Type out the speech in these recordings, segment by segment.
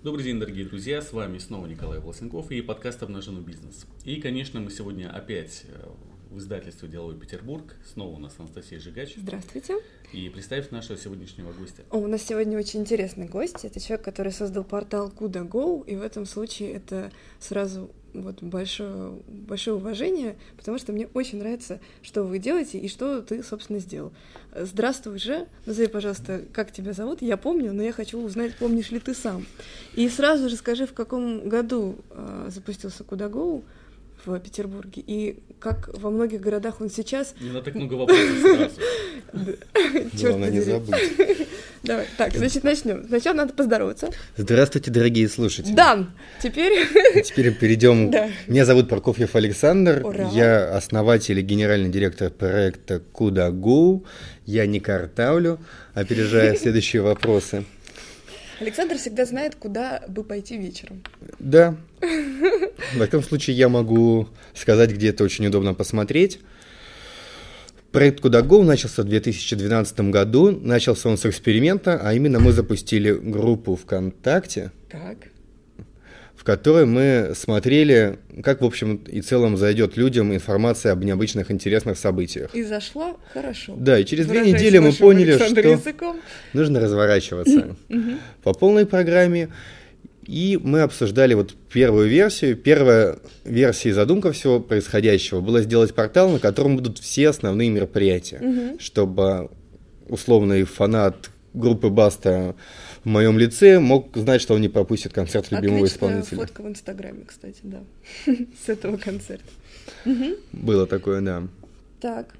Добрый день, дорогие друзья, с вами снова Николай Волосенков и подкаст «Обнаженный бизнес». И, конечно, мы сегодня опять в издательстве «Деловой Петербург». Снова у нас Анастасия Жигач. Здравствуйте. И представь нашего сегодняшнего гостя. У нас сегодня очень интересный гость. Это человек, который создал портал Kuda.go, и в этом случае это сразу большое уважение, потому что мне очень нравится, что вы делаете и что ты, собственно, сделал. Здравствуй же. Назови, пожалуйста, как тебя зовут. Я помню, но я хочу узнать, помнишь ли ты сам. И сразу же скажи, в каком году запустился Kuda.go в Петербурге, и как во многих городах он сейчас... Не надо так много вопросов сразу. Главное не забыть. Давай, так, значит, начнем. Сначала надо поздороваться. Здравствуйте, дорогие слушатели. Да, теперь перейдем. Да. Меня зовут Прокофьев Александр. Ура. Я основатель и генеральный директор проекта Kuda.go. Я не картавлю, опережая следующие вопросы. Александр всегда знает, куда бы пойти вечером. Да. В этом случае я могу сказать, где это очень удобно посмотреть. Проект Kuda.go начался в 2012 году. Начался он с эксперимента, а именно мы запустили группу ВКонтакте, Так. в которой мы смотрели, как в общем и целом зайдет людям информация об необычных интересных событиях. И зашло хорошо. Да, и через 2 Выражаясь недели мы вашим поняли, Александр что языком. нужно разворачиваться по полной программе. И мы обсуждали первую версию. Первая версия и задумка всего происходящего была сделать портал, на котором будут все основные мероприятия, чтобы условный фанат группы Баста в моем лице мог знать, что он не пропустит концерт любимого исполнителя. Фотка в Инстаграме, кстати, да, с этого концерта. Было такое, да. Так.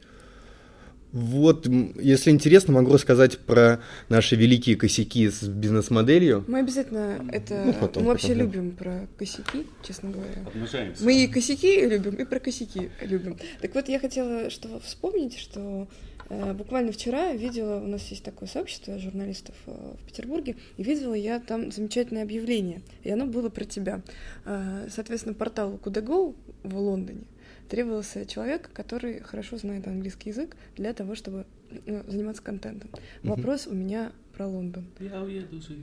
Если интересно, могу рассказать про наши великие косяки с бизнес-моделью. Мы обязательно это... потом мы вообще покажем. любим про косяки, честно говоря. Обнажаемся. Мы и косяки любим, и про косяки любим. Так вот, я хотела вспомнить, что буквально вчера видела, у нас есть такое сообщество журналистов в Петербурге, и видела я там замечательное объявление, и оно было про тебя. Соответственно, порталу Kuda.go в Лондоне требовался человек, который хорошо знает английский язык для того, чтобы заниматься контентом. Вопрос у меня про Лондон. Я уеду жить.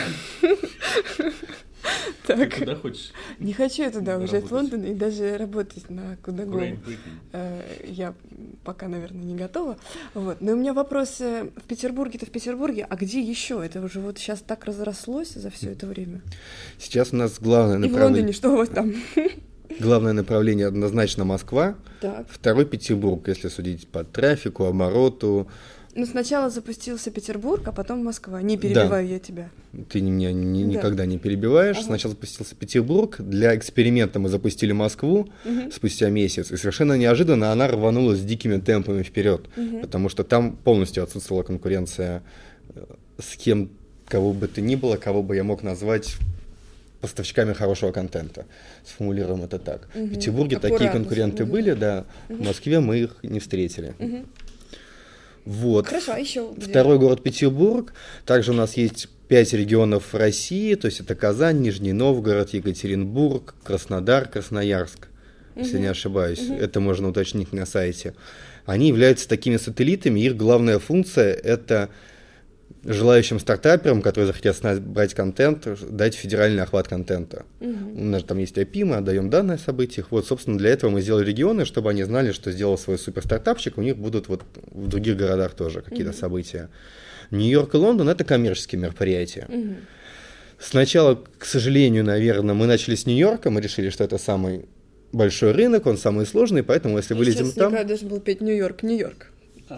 Так. Ты куда хочешь? Не хочу я туда уезжать в Работать. Лондон и даже работать на Kuda.go. Great Britain. Я пока, наверное, не готова. Но у меня вопрос: в Петербурге-то в Петербурге, а где еще? Это уже сейчас так разрослось за все это время. Сейчас у нас главное И в Лондоне что у вас там? Главное направление однозначно Москва, Так. второй Петербург, если судить по трафику, обороту. Сначала запустился Петербург, а потом Москва. Не перебиваю я тебя. Ты меня никогда не перебиваешь. Ага. Сначала запустился Петербург. Для эксперимента мы запустили Москву спустя месяц. И совершенно неожиданно она рванулась с дикими темпами вперед, потому что там полностью отсутствовала конкуренция с кем, кого бы то ни было, кого бы я мог назвать поставщиками хорошего контента. Сформулируем это так. В Петербурге Аккуратно такие конкуренты были, да. В Москве мы их не встретили. Хорошо, а еще Второй город Петербург. Также у нас есть 5 регионов России, то есть это Казань, Нижний Новгород, Екатеринбург, Краснодар, Красноярск, если не ошибаюсь. Это можно уточнить на сайте. Они являются такими сателлитами. Их главная функция – это желающим стартаперам, которые захотят с нас брать контент, дать федеральный охват контента. У нас там есть API, мы отдаем данные о событиях. Собственно, для этого мы сделали регионы, чтобы они знали, что сделал свой суперстартапчик, у них будут в других городах тоже какие-то события. Нью-Йорк и Лондон – это коммерческие мероприятия. Сначала, к сожалению, наверное, мы начали с Нью-Йорка, мы решили, что это самый большой рынок, он самый сложный, поэтому если вылезем там... Николай должен был петь Нью-Йорк.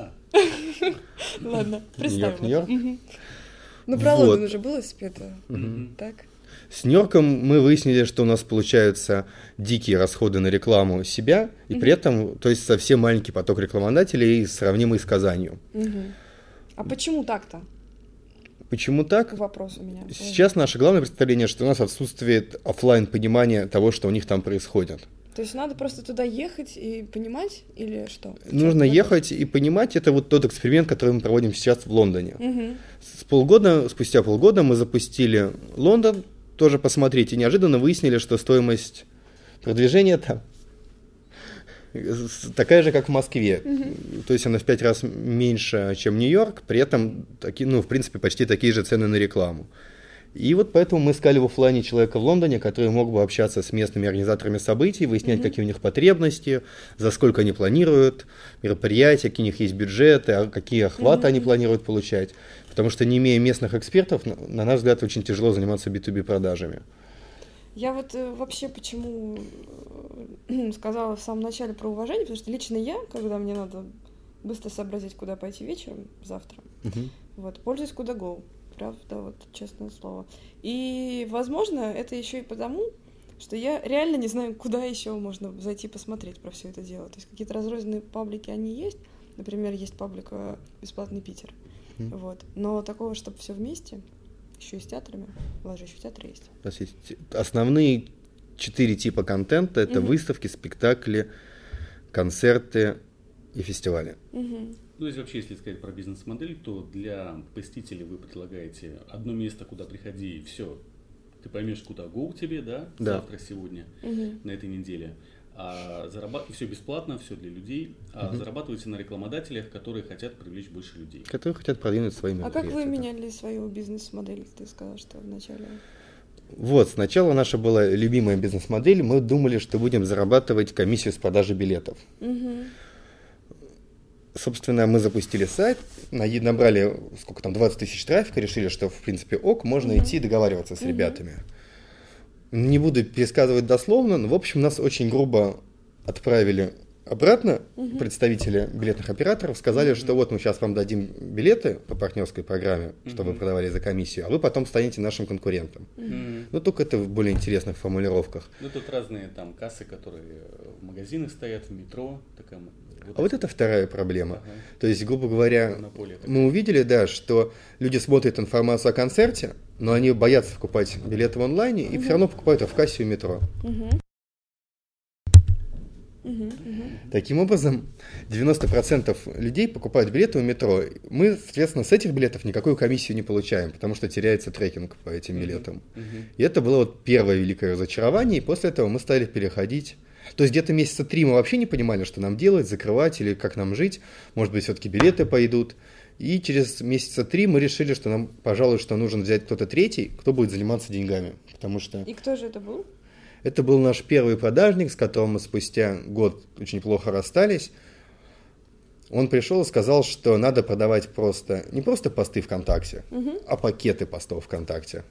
Ладно, представим. Нью-Йорк. Про Лондон уже было спето. Так. С Нью-Йорком мы выяснили, что у нас получаются дикие расходы на рекламу себя, и при этом, то есть совсем маленький поток рекламодателей, сравнимый с Казанью. А почему так-то? Почему так? Вопрос у меня. Сейчас наше главное представление, что у нас отсутствует офлайн понимание того, что у них там происходит. То есть надо просто туда ехать и понимать, или что? Нужно ехать и понимать. Это тот эксперимент, который мы проводим сейчас в Лондоне. Спустя полгода мы запустили Лондон, тоже посмотреть, и неожиданно выяснили, что стоимость продвижения там такая же, как в Москве. То есть она в 5 раз меньше, чем Нью-Йорк, при этом, в принципе, почти такие же цены на рекламу. И вот поэтому мы искали в офлайне человека в Лондоне, который мог бы общаться с местными организаторами событий, выяснять, какие у них потребности, за сколько они планируют мероприятия, какие у них есть бюджеты, какие охваты они планируют получать. Потому что, не имея местных экспертов, на наш взгляд, очень тяжело заниматься B2B продажами. Я вот вообще почему сказала в самом начале про уважение, потому что лично я, когда мне надо быстро сообразить, куда пойти вечером, завтра, вот, пользуюсь Kudago. Правда, вот честное слово. И, возможно, это еще и потому, что я реально не знаю, куда еще можно зайти посмотреть про все это дело. То есть какие-то разрозненные паблики, они есть. Например, есть паблика «Бесплатный Питер». Вот. Но такого, чтобы все вместе, еще и с театрами, у вас же еще театры есть. У нас есть основные 4 типа контента. Это выставки, спектакли, концерты и фестивали. Ну, если вообще, если сказать про бизнес-модель, то для посетителей вы предлагаете одно место, куда приходи, и все. Ты поймешь, куда go тебе, да, завтра, сегодня, на этой неделе. А и все бесплатно, все для людей. А зарабатываете на рекламодателях, которые хотят привлечь больше людей. Которые хотят продвинуть свои мероприятия. А как вы меняли свою бизнес-модель, ты сказал, что вначале? Вот, сначала наша была любимая бизнес-модель. Мы думали, что будем зарабатывать комиссию с продажи билетов. Собственно, мы запустили сайт, набрали, 20 тысяч трафика, решили, что, в принципе, можно идти договариваться с ребятами. Не буду пересказывать дословно, но, в общем, нас очень грубо отправили обратно представители билетных операторов, сказали, что вот мы сейчас вам дадим билеты по партнерской программе, чтобы вы продавали за комиссию, а вы потом станете нашим конкурентом. Но только это в более интересных формулировках. Ну, тут разные там кассы, которые в магазинах стоят, в метро, такая... Вот это вторая проблема. То есть, грубо говоря, мы увидели, да, что люди смотрят информацию о концерте, но они боятся покупать билеты в онлайне и все равно покупают в кассе у метро. Таким образом, 90% людей покупают билеты у метро. Мы, соответственно, с этих билетов никакую комиссию не получаем, потому что теряется трекинг по этим билетам. И это было вот первое великое разочарование, и после этого мы стали переходить. То есть где-то месяца 3 мы вообще не понимали, что нам делать, закрывать или как нам жить. Может быть, все-таки билеты пойдут. И через месяца 3 мы решили, что нам, пожалуй, что нужно взять кто-то третий, кто будет заниматься деньгами. Потому что... И кто же это был? Это был наш первый продажник, с которым мы спустя год очень плохо расстались. Он пришел и сказал, что надо продавать не просто посты ВКонтакте, а пакеты постов ВКонтакте.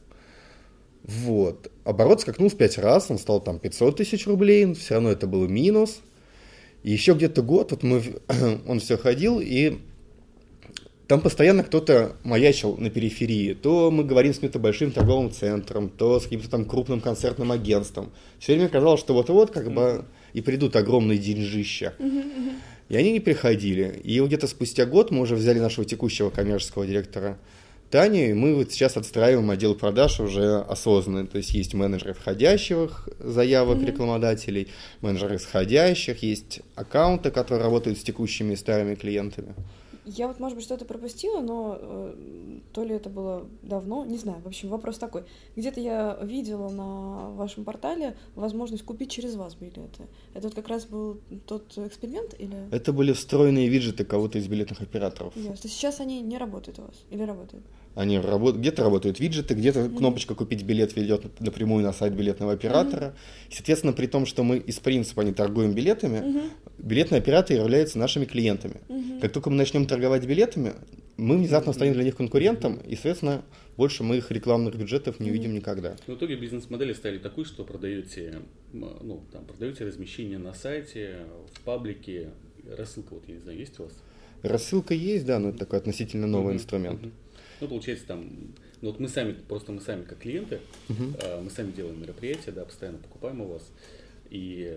Вот. Оборот скакнул в 5 раз, он стал там 500 тысяч рублей, все равно это был минус. И еще где-то год он все ходил, и там постоянно кто-то маячил на периферии. То мы говорим с каким-то большим торговым центром, то с каким-то там крупным концертным агентством. Все время казалось, что вот-вот и придут огромные деньжища. И они не приходили. И где-то спустя год мы уже взяли нашего текущего коммерческого директора Таню, и мы вот сейчас отстраиваем отдел продаж уже осознанно. То есть есть менеджеры входящих заявок рекламодателей, менеджеры исходящих, есть аккаунты, которые работают с текущими и старыми клиентами. Я вот, может быть, что-то пропустила, но то ли это было давно, не знаю. В общем, вопрос такой. Где-то я видела на вашем портале возможность купить через вас билеты. Это вот как раз был тот эксперимент или... Это были встроенные виджеты кого-то из билетных операторов. Ясно. Сейчас они не работают у вас или работают? Они где-то работают виджеты, где-то кнопочка «Купить билет» ведет напрямую на сайт билетного оператора. Соответственно, при том, что мы из принципа не торгуем билетами, билетные операторы являются нашими клиентами. Как только мы начнем торговать билетами, мы внезапно станем для них конкурентом, и, соответственно, больше мы их рекламных бюджетов не увидим никогда. В итоге бизнес-модели стали такой, что продаете размещение на сайте, в паблике, рассылка, вот я не знаю, есть у вас? Рассылка есть, да, но это такой относительно новый инструмент. Ну, получается, мы сами как клиенты, мы сами делаем мероприятия, да, постоянно покупаем у вас. И,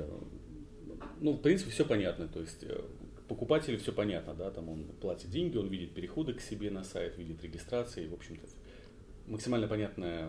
в принципе, все понятно. То есть покупателю все понятно, да, там он платит деньги, он видит переходы к себе на сайт, видит регистрации, в общем-то, максимально понятно,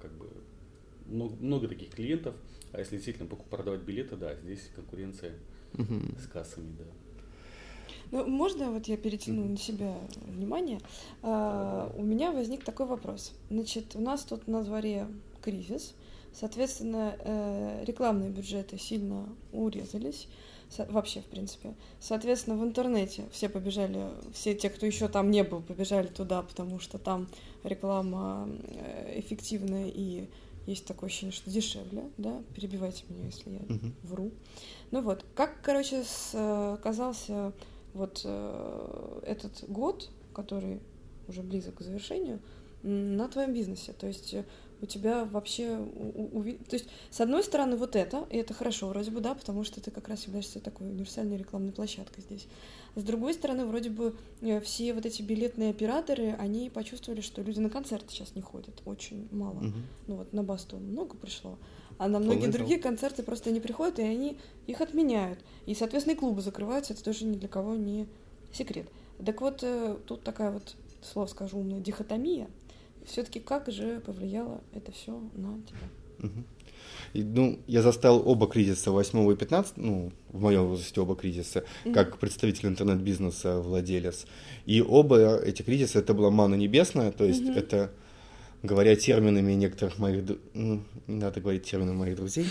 много таких клиентов. А если действительно продавать билеты, да, здесь конкуренция с кассами, да. Ну, можно вот я перетяну на себя внимание? У меня возник такой вопрос. Значит, у нас тут на дворе кризис, соответственно, рекламные бюджеты сильно урезались, вообще, в принципе. Соответственно, в интернете все побежали, все те, кто еще там не был, побежали туда, потому что там реклама эффективная и есть такое ощущение, что дешевле, да, перебивайте меня, если я вру. Ну вот, как, короче, оказался вот этот год, который уже близок к завершению, на твоем бизнесе, то есть у тебя вообще, то есть с одной стороны вот это, и это хорошо вроде бы, да, потому что ты как раз являешься такой универсальной рекламной площадкой здесь. С другой стороны, вроде бы все вот эти билетные операторы, они почувствовали, что люди на концерты сейчас не ходят, очень мало. Ну вот на Бастон много пришло, а на многие другие концерты просто не приходят, и они их отменяют. И, соответственно, и клубы закрываются, это тоже ни для кого не секрет. Так вот, тут такая вот, слово скажу, умная дихотомия. Все-таки как же повлияло это все на тебя? Ну, я застал оба кризиса, 8 и 15, ну, в моем возрасте оба кризиса, как представитель интернет-бизнеса, владелец. И оба эти кризиса, это была манна небесная, то есть это, говоря терминами некоторых моих, ну, не надо говорить терминами моих друзей.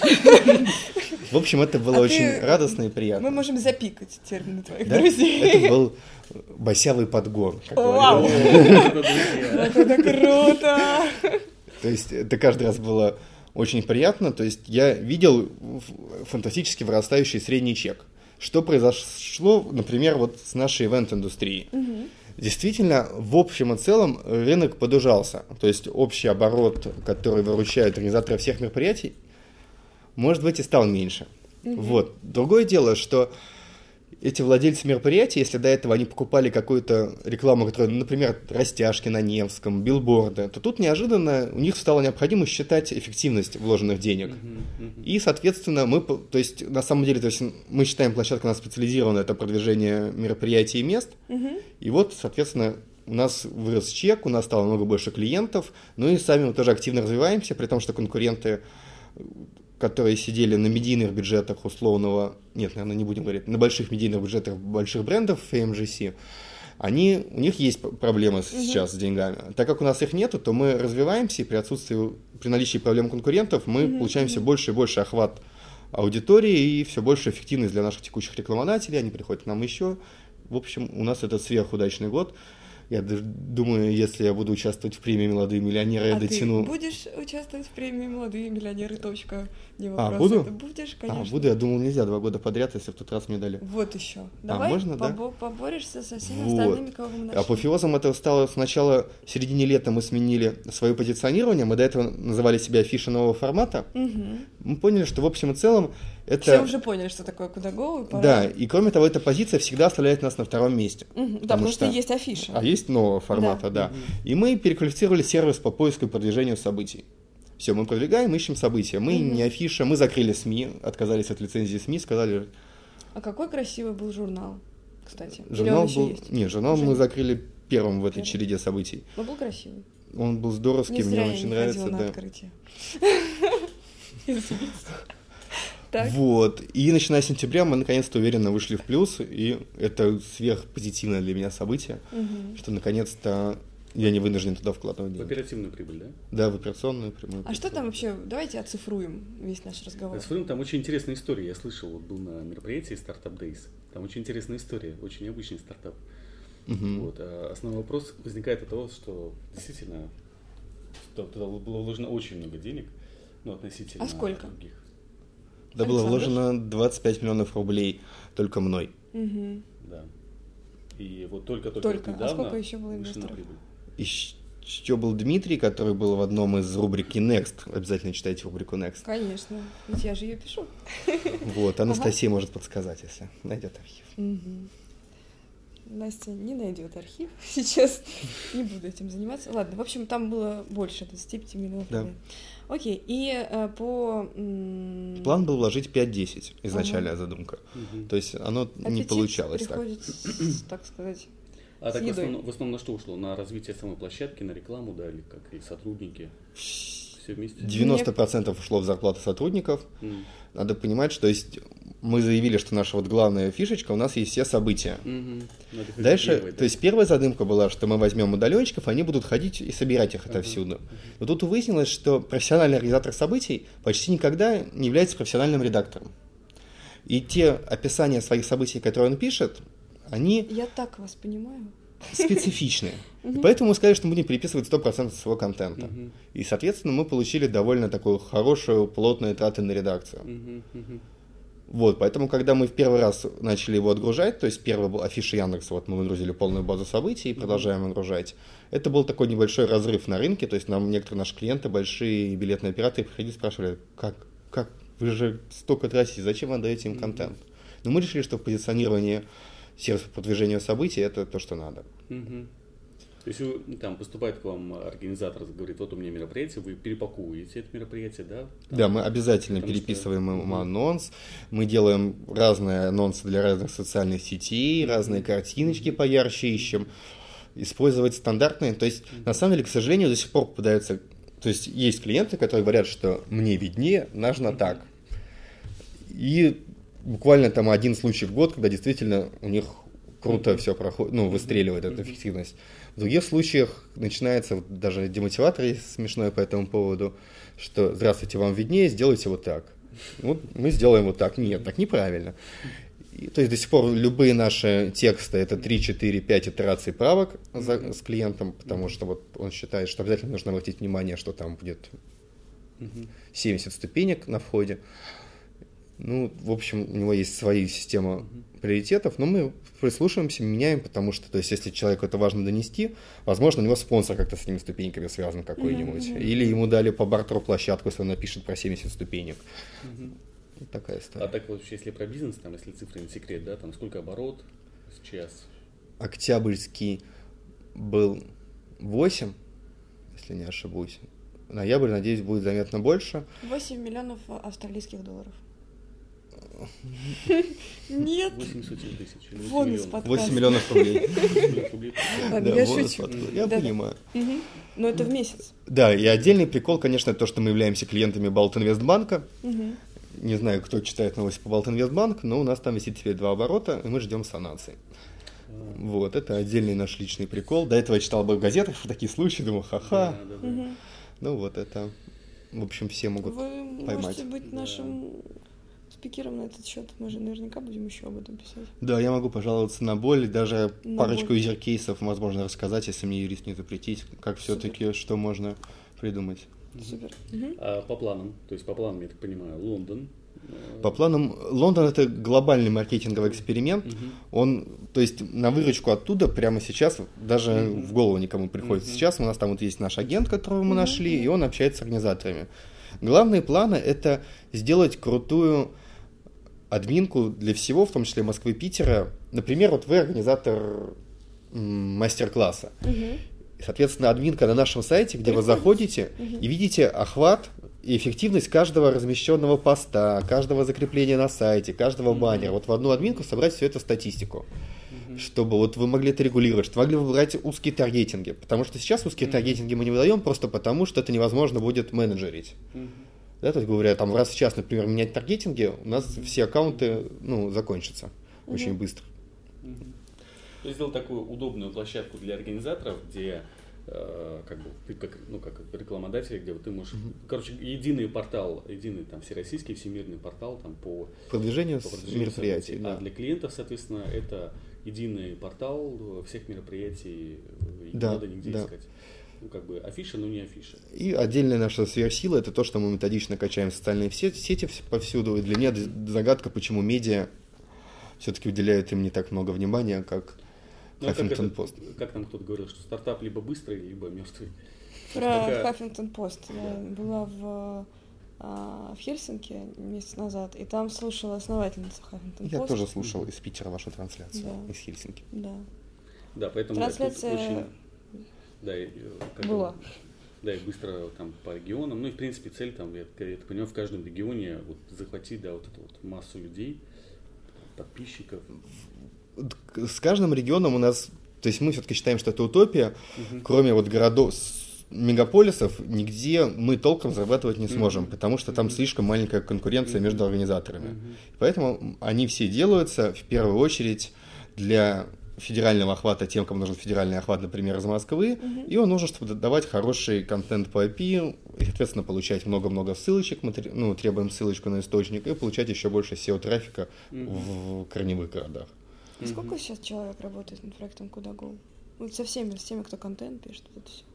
В общем, это было очень радостно и приятно. Мы можем запикать термины твоих друзей. Это был басявый подгон. Вау! Это круто! То есть это каждый раз было очень приятно. То есть я видел фантастически вырастающий средний чек. Что произошло, например, вот с нашей ивент-индустрией. Действительно, в общем и целом рынок подужался. То есть общий оборот, который выручает организаторы всех мероприятий, может быть, и стал меньше. Вот. Другое дело, что эти владельцы мероприятий, если до этого они покупали какую-то рекламу, которая, например, растяжки на Невском, билборды, то тут неожиданно у них стало необходимо считать эффективность вложенных денег. И, соответственно, мы, то есть, на самом деле, то есть, мы считаем, площадка у нас специализирована, это продвижение мероприятий и мест. И вот, соответственно, у нас вырос чек, у нас стало много больше клиентов, ну и сами мы тоже активно развиваемся, при том, что конкуренты, которые сидели на медийных бюджетах условного, нет, наверное, не будем говорить, на больших медийных бюджетах больших брендов FMGC, у них есть проблемы сейчас с деньгами. Так как у нас их нету, то мы развиваемся, и при наличии проблем конкурентов мы получаем все больше и больше охват аудитории и все больше эффективность для наших текущих рекламодателей, они приходят к нам еще. В общем, у нас это сверхудачный год. Я думаю, если я буду участвовать в премии «Молодые миллионеры», я дотяну... ты будешь участвовать в премии «Молодые миллионеры», точка, не вопрос. Буду? Ты будешь, конечно. Буду, я думал, нельзя 2 года подряд, если в тот раз мне дали. Вот еще. Давай можно, поборешься со всеми остальными, кого мы нашли. Апофеозом это стало сначала, в середине лета мы сменили свое позиционирование, мы до этого называли себя афишей нового формата. Мы поняли, что в общем и целом это... Все уже поняли, что такое «Куда go», пора... Да, и кроме того, эта позиция всегда оставляет нас на втором месте. Да, потому что есть афиша. А есть нового формата, да. И мы переквалифицировали сервис по поиску и продвижению событий. Все, мы продвигаем, ищем события. Мы не афиша, мы закрыли СМИ, отказались от лицензии СМИ, сказали... А какой красивый был журнал, кстати? Журнал был... Нет, журнал мы закрыли первым в этой череде событий. Но был красивый. Он был здоровский, мне очень нравится. На открытие. Вот. И начиная с сентября мы наконец-то уверенно вышли в плюс, и это сверхпозитивное для меня событие, что наконец-то я не вынужден туда вкладывать деньги. В оперативную прибыль, да? Да, в операционную прямую. А что там вообще? Давайте оцифруем весь наш разговор. Оцифруем, там очень интересная история. Я слышал, вот был на мероприятии Startup Days. Там очень интересная история, очень необычный стартап. Вот. А основной вопрос возникает от того, что действительно туда было вложено очень много денег, но относительно других. Да, было вложено 25 миллионов рублей только мной. Да. И вот только недавно а сколько еще было инвесторов? Еще был Дмитрий, который был в одном из рубрики Next. Обязательно читайте рубрику Next. Конечно, ведь я же ее пишу. Вот, Анастасия может подсказать, если найдет архив. Настя не найдет архив. Сейчас не буду этим заниматься. Ладно, в общем, там было больше 25 миллионов рублей. Окей, и План был вложить 5-10, изначальная задумка. То есть оно не получалось так. Так сказать, а так в основном на что ушло? На развитие самой площадки, на рекламу, да, или как и сотрудники? Все вместе? 90% ушло в зарплату сотрудников. Надо понимать, что есть... Мы заявили, что наша вот главная фишечка, у нас есть все события. Дальше, то есть первая задумка была, что мы возьмем удаленщиков, они будут ходить и собирать их отовсюду. Но тут выяснилось, что профессиональный организатор событий почти никогда не является профессиональным редактором. И те описания своих событий, которые он пишет, они... Я так вас понимаю. Специфичные. И поэтому мы сказали, что мы будем переписывать 100% своего контента. И, соответственно, мы получили довольно такую хорошую, плотную траты на редакцию. Вот, поэтому, когда мы в первый раз начали его отгружать, то есть первый был афиша Яндекса, вот мы выгрузили полную базу событий и продолжаем отгружать, это был такой небольшой разрыв на рынке, то есть нам некоторые наши клиенты, большие билетные операторы, приходили и спрашивали, как, вы же столько тратите, зачем вы отдаете им контент? Но мы решили, что в позиционировании сервиса по продвижению событий это то, что надо. То есть там поступает к вам организатор, говорит, вот у меня мероприятие, вы перепаковываете это мероприятие, да? Там, да, мы обязательно переписываем ему анонс, мы делаем разные анонсы для разных социальных сетей, разные картиночки поярче ищем, использовать стандартные, то есть на самом деле, к сожалению, до сих пор попадаются, то есть есть клиенты, которые говорят, что мне виднее, нужно так. И буквально там один случай в год, когда действительно у них круто все проходит, выстреливает эта эффективность. В других случаях начинается даже демотиватор есть смешной по этому поводу, что здравствуйте, вам виднее, сделайте вот так. Вот мы сделаем вот так. Нет, так неправильно. То есть до сих пор любые наши тексты это 3, 4, 5 итераций правок с клиентом, потому что вот он считает, что обязательно нужно обратить внимание, что там будет 70 ступенек на входе. В общем, у него есть своя система приоритетов, но мы прислушиваемся, меняем, потому что, то есть, если человеку это важно донести, возможно, у него спонсор как-то с этими ступеньками связан какой-нибудь, или ему дали по бартеру площадку, если он напишет про 70 ступенек. Вот такая история. А так вообще, если про бизнес, там, если цифры не секрет, да, там сколько оборот сейчас? Октябрьский был 8, если не ошибусь. Ноябрь, надеюсь, будет заметно больше. 8 миллионов австралийских долларов. Нет. 800 тысяч. Вон из подкаста. 8 миллионов рублей. Ладно, я шучу. Я понимаю. Но это в месяц. Да, и отдельный прикол, конечно, то, что мы являемся клиентами Балтинвестбанка. Не знаю, кто читает новости по Балтинвестбанк, но у нас там висит теперь 2 оборота, и мы ждем санации. Вот, это отдельный наш личный прикол. До этого я читал бы в газетах про такие случаи, думал, ха-ха. Ну вот это, в общем, все могут поймать. Вы можете быть нашим спикером на этот счет. Мы же наверняка будем еще об этом писать. Да, я могу пожаловаться на боль, даже парочку юзер-кейсов, возможно, рассказать, если мне юрист не запретить, как все-таки, что можно придумать. Супер. А по планам, я так понимаю, Лондон. По планам, Лондон это глобальный маркетинговый эксперимент. Он, то есть на выручку оттуда прямо сейчас даже в голову никому приходит. Сейчас у нас там вот есть наш агент, которого мы нашли, и он общается с организаторами. Главные планы это сделать крутую админку для всего, в том числе Москвы и Питера. Например, вот вы организатор мастер-класса. Соответственно, админка на нашем сайте, где вы заходите и видите охват и эффективность каждого размещенного поста, каждого закрепления на сайте, каждого баннера. Вот в одну админку собрать всю эту статистику, чтобы вот вы могли это регулировать, что могли выбрать узкие таргетинги. Потому что сейчас узкие таргетинги мы не выдаем просто потому, что это невозможно будет менеджерить. Да, то есть, говоря, там раз в час, например, менять таргетинги, у нас все аккаунты закончатся очень быстро. То есть сделал такую удобную площадку для организаторов, где ты как рекламодатель, где ты можешь, единый портал, единый там всероссийский, всемирный портал там по продвижению мероприятий. Да. А для клиентов, соответственно, это единый портал всех мероприятий, не надо нигде искать. Афиша, но не афиша. И отдельная наша сверхсила это то, что мы методично качаем социальные сети повсюду. И для меня загадка, почему медиа все-таки уделяют им не так много внимания, как Huffington Post. Как там кто-то говорил, что стартап либо быстрый, либо мертвый. Про Huffington Post. Я была в Хельсинки месяц назад, и там слушала основательницу Huffington Post. Я тоже слушал из Питера вашу трансляцию, из Хельсинки. Да, поэтому трансляция была. Да, и быстро там по регионам. Ну и в принципе цель там, я так понимаю, в каждом регионе захватить эту массу людей, подписчиков. С каждым регионом у нас, то есть мы все-таки считаем, что это утопия, кроме городов, мегаполисов, нигде мы толком зарабатывать не сможем, потому что там слишком маленькая конкуренция между организаторами. Поэтому они все делаются в первую очередь для федерального охвата тем, кому нужен федеральный охват, например, из Москвы, и он нужен, чтобы давать хороший контент по IP, и, соответственно, получать много-много ссылочек, требуем ссылочку на источник, и получать еще больше SEO-трафика в корневых городах. Сколько сейчас человек работает над проектом Kudago? Вот с теми, кто контент пишет, вот все.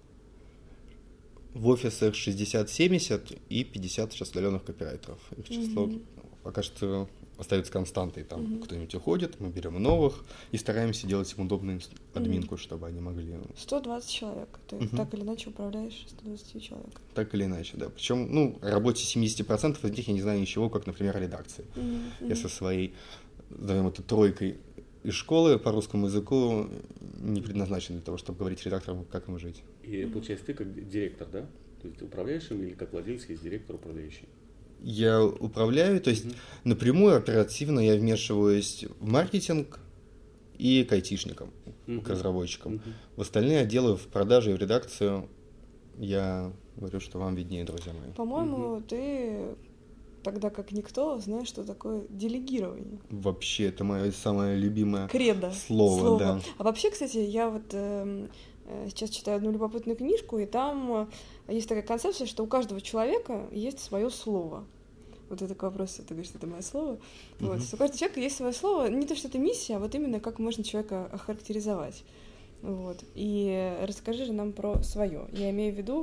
В офисах 60-70 и 50 сейчас удаленных копирайтеров. Их число пока что остается константой. Там кто-нибудь уходит, мы берем новых и стараемся делать им удобную админку, чтобы они могли... 120 человек. Ты так или иначе управляешь 120 человек. Так или иначе, да. Причем, о работе 70% из них я не знаю ничего, как, например, редакции. Я со своей, назовем это, тройкой из школы по русскому языку не предназначен для того, чтобы говорить редакторам, как им жить. И получается, ты как директор, да? То есть ты управляешь им или как владелец есть директор управляющий? Я управляю, то есть напрямую, оперативно я вмешиваюсь в маркетинг и к айтишникам, к разработчикам. В остальные отделы, в продаже и в редакцию я говорю, что вам виднее, друзья мои. По-моему, ты тогда как никто знаешь, что такое делегирование. Вообще, это мое самое любимое Кредо. Слово. Да. А вообще, кстати, я вот сейчас читаю одну любопытную книжку, и там есть такая концепция, что у каждого человека есть свое слово. Вот это к вопросу, ты говоришь, это мое слово. Вот. У каждого человека есть свое слово. Не то, что это миссия, а вот именно как можно человека охарактеризовать. Вот. И расскажи же нам про свое. Я имею в виду,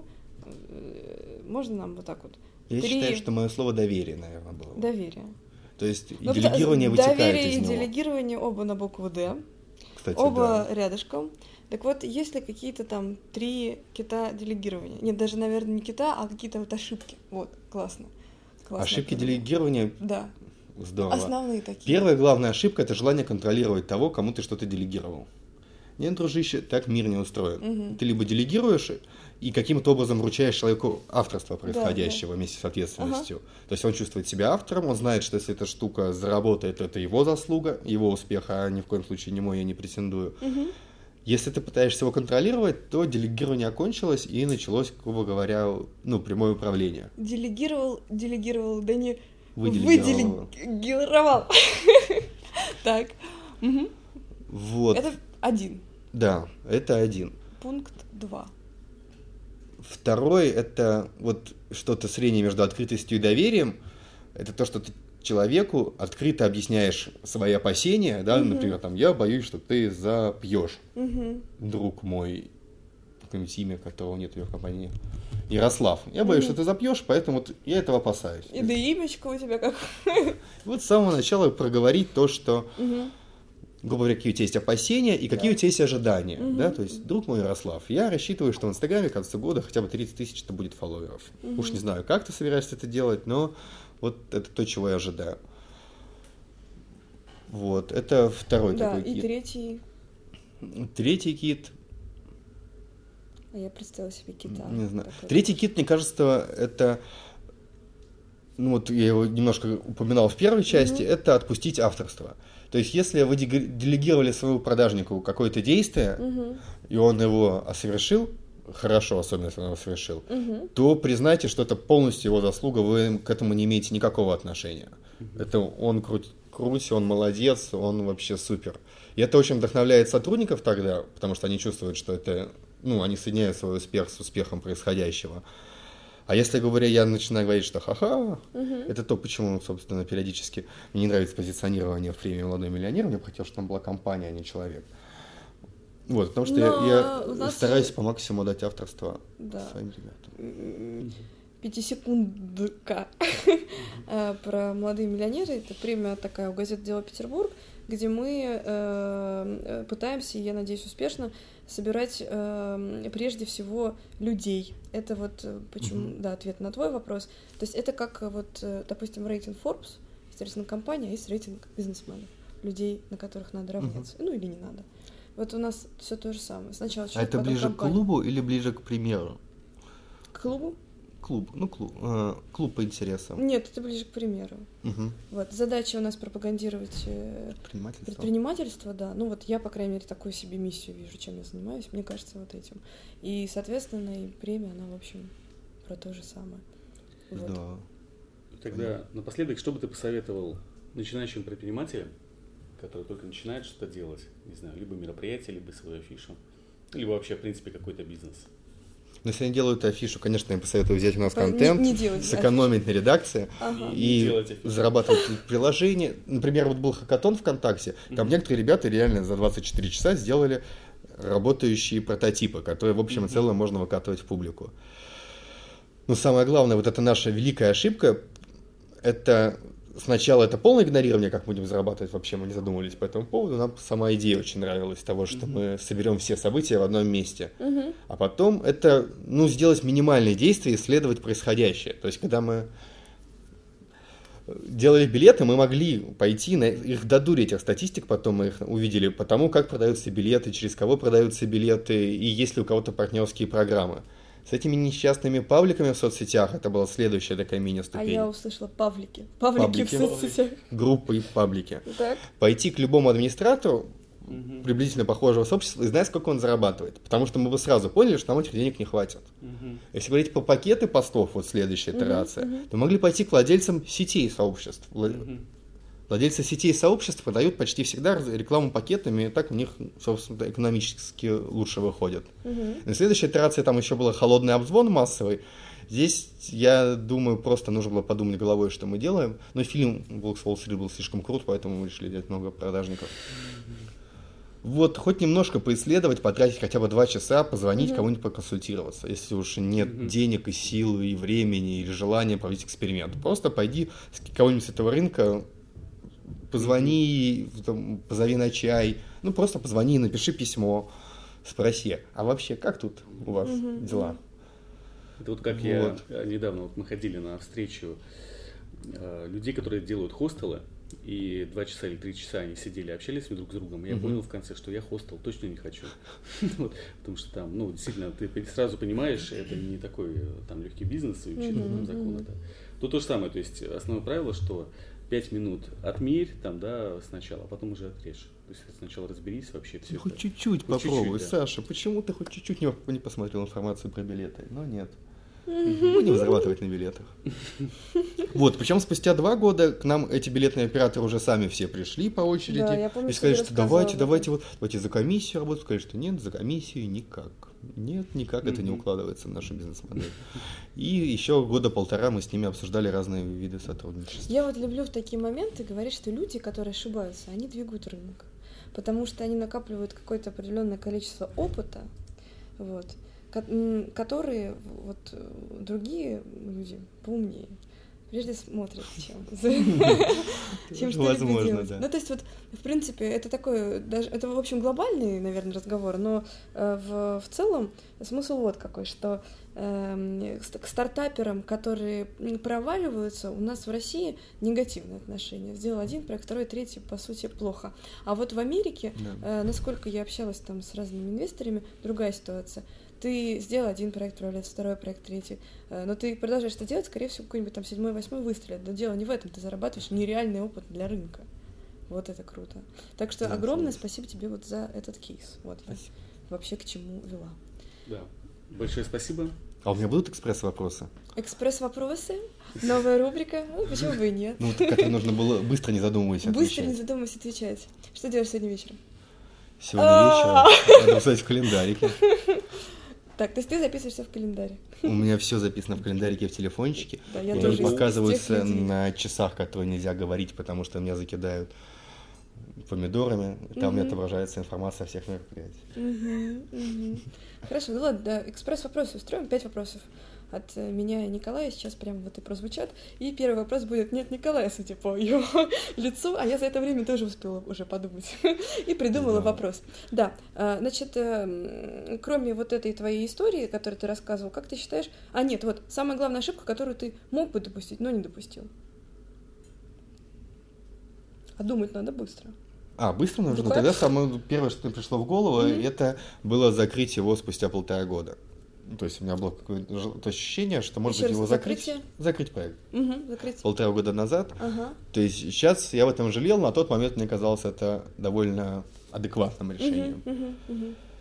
можно нам вот так вот? Я считаю, что мое слово доверие, наверное, было. Доверие. То есть делегирование вытекает доверие из него. Доверие и делегирование оба на букву «Д». Кстати, оба рядышком. Так вот, есть ли какие-то там 3 кита делегирования? Нет, даже, наверное, не кита, а какие-то вот ошибки. Вот, классно. Ошибки делегирования? Да. Здорово. Основные такие. Первая главная ошибка – это желание контролировать того, кому ты что-то делегировал. Нет, дружище, так мир не устроен. Ты либо делегируешь и каким-то образом вручаешь человеку авторство происходящего вместе с ответственностью. То есть он чувствует себя автором, он знает, что если эта штука заработает, это его заслуга, его успех, а ни в коем случае не мой, я не претендую. Если ты пытаешься его контролировать, то делегирование окончилось и началось, грубо говоря, прямое управление. Делегировал, да не выделегировал. Так. Вот. Это 1. Да, это 1. Пункт 2. Второй – это вот что-то среднее между открытостью и доверием. Это то, что ты человеку открыто объясняешь свои опасения, да, например, я боюсь, что ты запьешь, друг мой, какое-нибудь имя, которого нет в ее компании, Ярослав. Я боюсь, что ты запьешь, поэтому я этого опасаюсь. И да имечко у тебя какое. Вот с самого начала проговорить то, что, грубо говоря, какие у тебя есть опасения и какие у тебя есть ожидания. Да? То есть, друг мой Ярослав, я рассчитываю, что в Инстаграме к концу года хотя бы 30 тысяч будет фолловеров. Уж не знаю, как ты собираешься это делать, но вот это то, чего я ожидаю. Вот, это второй такой кит. Да, и третий? Третий кит. А я представила себе кита. Не знаю. Третий кит, мне кажется, это... я его немножко упоминал в первой части, это отпустить авторство. То есть, если вы делегировали своему продажнику какое-то действие, и он его совершил, хорошо, особенно если он его совершил, то признайте, что это полностью его заслуга, вы к этому не имеете никакого отношения. Это он круть, он молодец, он вообще супер. И это очень вдохновляет сотрудников тогда, потому что они чувствуют, что это, они соединяют свой успех с успехом происходящего. А если, говоря, я начинаю говорить, что ха-ха, это то, почему, собственно, периодически мне не нравится позиционирование в премии «Молодой миллионер», мне бы хотелось, чтобы там была компания, а не человек. Вот, потому что я стараюсь по максимуму дать авторство своим ребятам. 5-секундка про «Молодые миллионеры». Это премия такая у газеты «Дело Петербург», где мы пытаемся, я надеюсь, успешно собирать прежде всего людей. Это вот почему, ответ на твой вопрос. То есть это как допустим, рейтинг Forbes, есть рейтинг компании, а есть рейтинг бизнесменов, людей, на которых надо равняться, или не надо. Вот у нас все то же самое. Сначала человек, это ближе к клубу или ближе к примеру? К клубу? Клуб по интересам. Нет, это ближе к примеру. Вот, задача у нас пропагандировать предпринимательство, да. Я, по крайней мере, такую себе миссию вижу, чем я занимаюсь. Мне кажется, вот этим. И, соответственно, и премия, она, в общем, про то же самое. Вот. Да. Тогда напоследок, что бы ты посоветовал начинающим предпринимателям, который только начинает что-то делать, не знаю, либо мероприятие, либо свою афишу, либо вообще, в принципе, какой-то бизнес? Но если они делают афишу, конечно, я посоветую взять у нас контент, сэкономить на редакции и зарабатывать приложение. Например, вот был хакатон ВКонтакте, там некоторые ребята реально за 24 часа сделали работающие прототипы, которые, в общем и целом, можно выкатывать в публику. Но самое главное, вот это наша великая ошибка, это сначала это полное игнорирование, как мы будем зарабатывать, вообще мы не задумывались по этому поводу, нам сама идея очень нравилась того, что мы соберем все события в одном месте. А потом это, сделать минимальные действия, исследовать происходящее. То есть, когда мы делали билеты, мы могли пойти на их додурить, этих статистик, потом мы их увидели по тому, как продаются билеты, через кого продаются билеты и есть ли у кого-то партнерские программы. С этими несчастными пабликами в соцсетях это была следующая такая мини-ступень. А я услышала паблики. Паблики в соцсетях. Группы и паблики. Так. Пойти к любому администратору приблизительно похожего сообщества и знать, сколько он зарабатывает. Потому что мы бы сразу поняли, что нам этих денег не хватит. Если говорить по пакеты постов, вот следующая итерация, то могли пойти к владельцам сетей сообществ. Владельцы сетей и сообществ продают почти всегда рекламу пакетами, и так у них, собственно, экономически лучше выходит. И следующая итерация, там еще был холодный обзвон массовый. Здесь, я думаю, просто нужно было подумать головой, что мы делаем. Но фильм «Волк с Уолл-стрит» был слишком крут, поэтому мы решили делать много продажников. Вот, хоть немножко поисследовать, потратить хотя бы 2 часа, позвонить кому-нибудь поконсультироваться, если уж нет денег и сил, и времени, или желания проводить эксперимент. Просто пойди с кого-нибудь с этого рынка, позвони, позови на чай, просто позвони, напиши письмо, спроси, а вообще, как тут у вас дела? Это вот как я недавно, мы ходили на встречу людей, которые делают хостелы, и 2 часа или 3 часа они сидели, общались друг с другом, и я понял в конце, что я хостел точно не хочу, потому что там, действительно, ты сразу понимаешь, это не такой там легкий бизнес, и учитывая закон это. Тут то же самое, то есть основное правило, что 5 минут отмерь сначала, а потом уже отрежь. То есть сначала разберись вообще все. Хоть чуть-чуть попробуй, Саша. Почему ты хоть чуть-чуть не посмотрел информацию про билеты? Но нет. Будем зарабатывать на билетах. Вот, причем спустя 2 года к нам эти билетные операторы уже сами все пришли по очереди. Да, я помню, и сказали, что давайте за комиссию работать. Сказали, что нет, за комиссию никак. Нет, никак это не укладывается в нашу бизнес-модель. И еще 1.5 года мы с ними обсуждали разные виды сотрудничества. Я вот люблю в такие моменты говорить, что люди, которые ошибаются, они двигают рынок. Потому что они накапливают какое-то определенное количество опыта, которые другие люди поумнее прежде смотрят, чем что-либо делать. Да. То есть в принципе, это такой, даже это, в общем, глобальный, наверное, разговор, но в целом смысл вот какой, что к стартаперам, которые проваливаются, у нас в России негативное отношение. Сделал один проект, второй, третий, по сути, плохо. А вот в Америке, насколько я общалась там с разными инвесторами, другая ситуация. Ты сделал один проект, провалится, второй проект, третий, но ты продолжаешь это делать, скорее всего, какой-нибудь там 7-й, 8-й выстрелит. Но дело не в этом, ты зарабатываешь нереальный опыт для рынка. Вот это круто. Так что огромное спасибо тебе за этот кейс. Спасибо. Вообще к чему вела. Да, большое спасибо. А у меня будут экспресс-вопросы? Экспресс-вопросы, новая рубрика, почему бы и нет. Которой нужно было быстро не задумываясь отвечать. Быстро не задумываясь отвечать. Что делаешь сегодня вечером? Сегодня вечером надо писать в календарике. Так, то есть ты записываешься в календаре? У меня все записано в календарике в телефончике. Да, и они показываются на часах, которые нельзя говорить, потому что меня закидают помидорами. И там у меня отображается информация о всех мероприятиях. Хорошо, ладно, да, экспресс-вопросы устроим. 5 вопросов от меня и Николая сейчас прям и прозвучат. И первый вопрос будет «Нет Николая», судя по его лицу, а я за это время тоже успела уже подумать и придумала вопрос. Да, значит, кроме вот этой твоей истории, которую ты рассказывал, как ты считаешь... самая главная ошибка, которую ты мог бы допустить, но не допустил. А думать надо быстро. Быстро нужно? Тогда самое первое, что мне пришло в голову, это было закрыть его спустя 1,5 года. То есть у меня было какое-то ощущение, что, может быть, его закрыть проект. Закрыть. 1,5 года назад. То есть сейчас я в этом жалел, на тот момент мне казалось это довольно адекватным решением.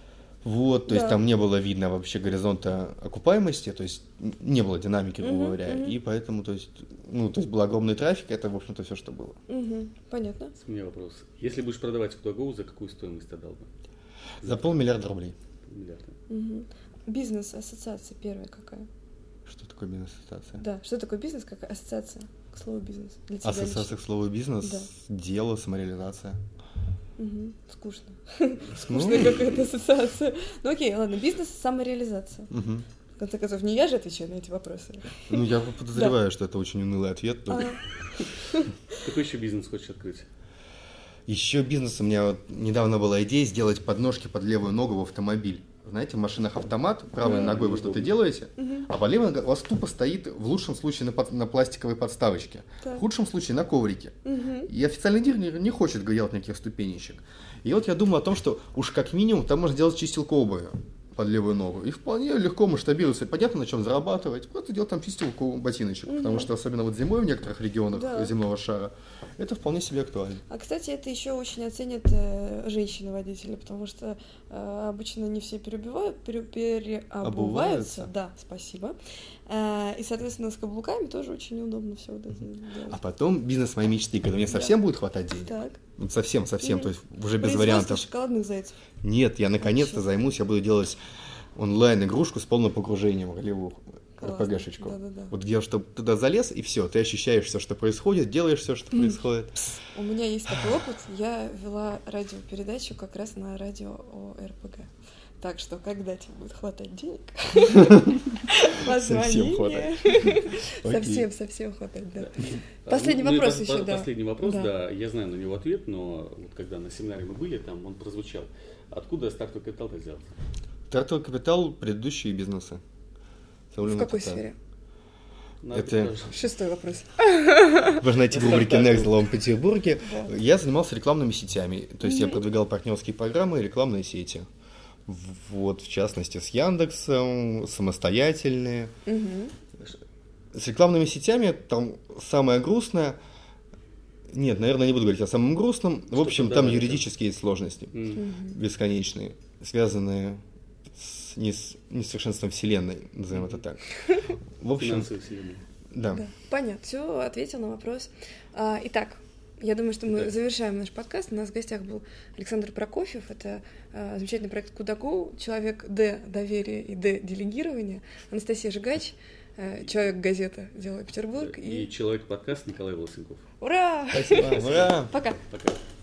Вот, то есть Да. там не было видно вообще горизонта окупаемости, то есть не было динамики, грубо говоря, и поэтому, то есть был огромный трафик, это, в общем-то, все, что было. Понятно. У меня вопрос. Если будешь продавать Кудаго, за какую стоимость отдал бы? За 500 000 000 рублей. Миллиард. Бизнес-ассоциация первая какая? Что такое бизнес-ассоциация? Да, что такое бизнес, как ассоциация к слову бизнес? Для тебя Ассоциация лично. к слову бизнес, Да. дело, самореализация. Скучно. Ну, Скучная какая-то ассоциация. Ну окей, ладно, бизнес, самореализация. мгм. В конце концов, не я же отвечаю на эти вопросы. Ну, я подозреваю, что это очень унылый ответ. но Какой еще бизнес хочешь открыть? Еще бизнес, у меня вот недавно была идея сделать подножки под левую ногу в автомобиль. Знаете, в машинах автомат, правой ногой вы что-то делаете, а по левой ногой у вас тупо стоит, в лучшем случае, на пластиковой подставочке, Так. в худшем случае на коврике. И официальный дилер не хочет делать никаких ступенечек. И вот я думаю о том, что уж как минимум там можно сделать чистилку обуви под левую ногу. И вполне легко масштабируется. Понятно, на чем зарабатывать. Просто делать там чистилку ботиночек. Потому что особенно вот зимой в некоторых регионах земного шара это вполне себе актуально. А, кстати, это еще очень оценят женщины-водители, потому что обычно не все переобуваются. Обуваются. Да, спасибо. И, соответственно, с каблуками тоже очень неудобно все вот это делать. А потом бизнес моей мечты, когда мне совсем будет хватать денег. Так. Вот совсем, то есть уже без Производство вариантов. шоколадных зайцев. Нет, я наконец-то займусь, я буду делать онлайн-игрушку с полным погружением в ролевую Классно. РПГшечку. Да-да-да. Вот где чтобы туда залез, и все, ты ощущаешь все, что происходит, делаешь все, что происходит. У меня есть такой опыт. Я вела радиопередачу как раз на радио о РПГ. Так что, когда тебе будет хватать денег, позвони Совсем мне. хватает. Совсем хватает, да. Последний Ну и вопрос еще, да. Последний вопрос, Да. да. Я знаю на него ответ, но вот когда на семинаре мы были, там он прозвучал. Откуда стартовый капитал-то взялся? Стартовый капитал — предыдущие бизнесы. В какой сфере? Это- Шестой вопрос. Можно найти в рубрике Стартапы. Next в Новом Петербурге. Да. Я занимался рекламными сетями. То есть я продвигал партнерские программы и рекламные сети. Вот, в частности, с Яндексом, самостоятельные. С рекламными сетями там самое грустное... Нет, наверное, не буду говорить о самом грустном. В общем, там давай, юридические сложности бесконечные, связанные с несовершенством Вселенной, назовем это так. В общем, Финансовая вселенная. да. Да. Понятно, все, ответил на вопрос. Итак, я думаю, что мы завершаем наш подкаст. У нас в гостях был Александр Прокофьев. Это замечательный проект Кудаго, человек Д доверия и Д делегирования. Анастасия Жигач, человек-газета «Дело Петербург». И человек-подкаст Николай Волосенков. Ура! Спасибо. Ура! Пока! Пока.